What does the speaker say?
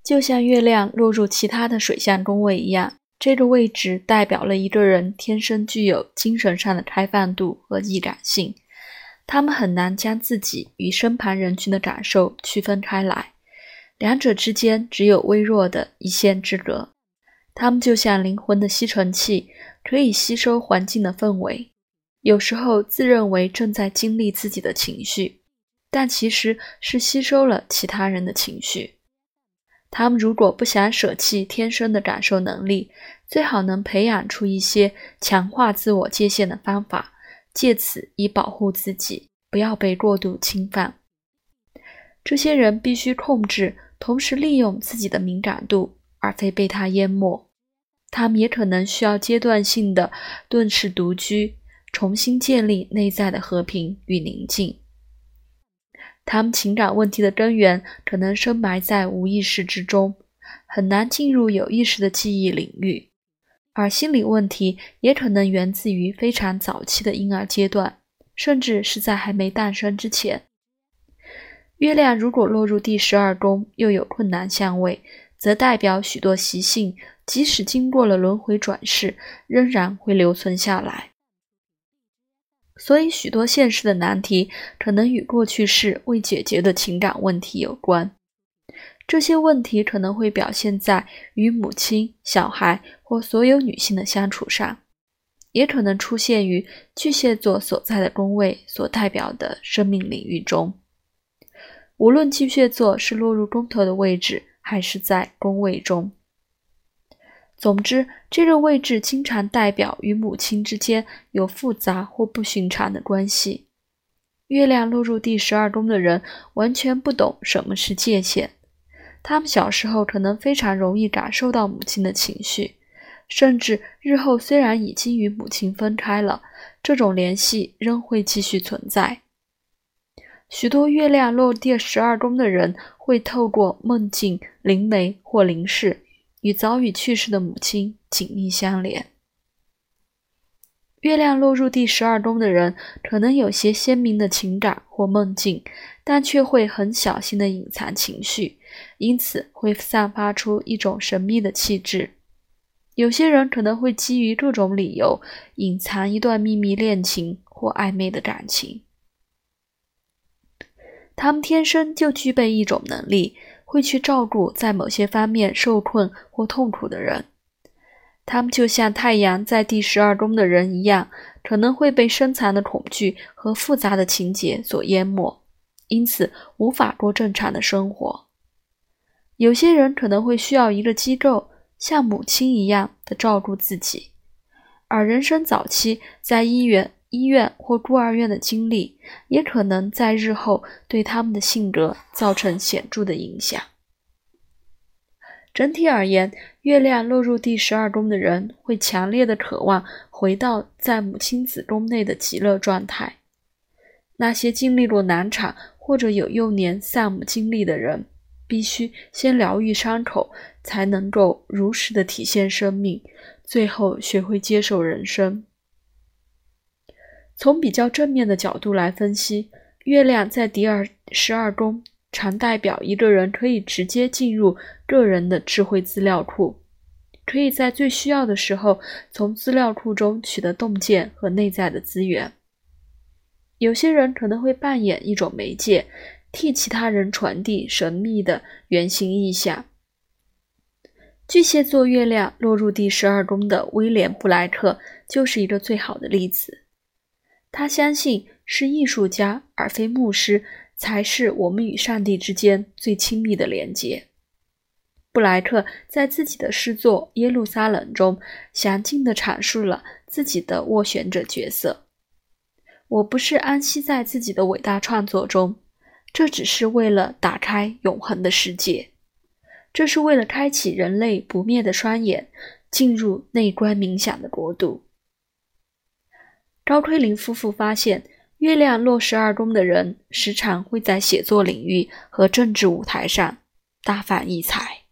就像月亮落入其他的水象宫位一样，这个位置代表了一个人天生具有精神上的开放度和易感性，他们很难将自己与身旁人群的感受区分开来，两者之间只有微弱的一线之隔。他们就像灵魂的吸尘器，可以吸收环境的氛围，有时候自认为正在经历自己的情绪，但其实是吸收了其他人的情绪。他们如果不想舍弃天生的感受能力，最好能培养出一些强化自我界限的方法，借此以保护自己，不要被过度侵犯。这些人必须控制，同时利用自己的敏感度，而非被它淹没。他们也可能需要阶段性的遁世独居，重新建立内在的和平与宁静。他们情感问题的根源可能深埋在无意识之中，很难进入有意识的记忆领域，而心理问题也可能源自于非常早期的婴儿阶段，甚至是在还没诞生之前。月亮如果落入第12宫又有困难相位，则代表许多习性即使经过了轮回转世，仍然会留存下来。所以许多现实的难题可能与过去世未解决的情感问题有关。这些问题可能会表现在与母亲、小孩或所有女性的相处上，也可能出现于巨蟹座所在的宫位所代表的生命领域中。无论巨蟹座是落入宫头的位置，还是在宫位中。总之，这个位置经常代表与母亲之间有复杂或不寻常的关系。月亮落入第12宫的人完全不懂什么是界限，他们小时候可能非常容易感受到母亲的情绪，甚至日后虽然已经与母亲分开了，这种联系仍会继续存在。许多月亮落第12宫的人会透过梦境、灵媒或灵视与早已去世的母亲紧密相连。月亮落入第12宫的人可能有些鲜明的情感或梦境，但却会很小心地隐藏情绪，因此会散发出一种神秘的气质。有些人可能会基于各种理由隐藏一段秘密恋情或暧昧的感情。他们天生就具备一种能力，会去照顾在某些方面受困或痛苦的人。他们就像太阳在第12宫的人一样，可能会被深藏的恐惧和复杂的情节所淹没，因此无法过正常的生活。有些人可能会需要一个机构，像母亲一样的照顾自己，而人生早期在医院或孤儿院的经历，也可能在日后对他们的性格造成显著的影响。整体而言，月亮落入第12宫的人会强烈的渴望回到在母亲子宫内的极乐状态。那些经历过难产或者有幼年丧母经历的人，必须先疗愈伤口，才能够如实的体现生命，最后学会接受人生。从比较正面的角度来分析，月亮在第12宫常代表一个人可以直接进入个人的智慧资料库，可以在最需要的时候从资料库中取得洞见和内在的资源。有些人可能会扮演一种媒介，替其他人传递神秘的原型意象。巨蟹座月亮落入第12宫的威廉·布莱克就是一个最好的例子。他相信是艺术家而非牧师才是我们与上帝之间最亲密的连结。布莱克在自己的诗作《耶路撒冷》中详尽地阐述了自己的斡旋者角色。我不是安息在自己的伟大创作中，这只是为了打开永恒的世界，这是为了开启人类不灭的双眼，进入内观冥想的国度。高推林夫妇发现，月亮落12宫的人时常会在写作领域和政治舞台上大放异彩。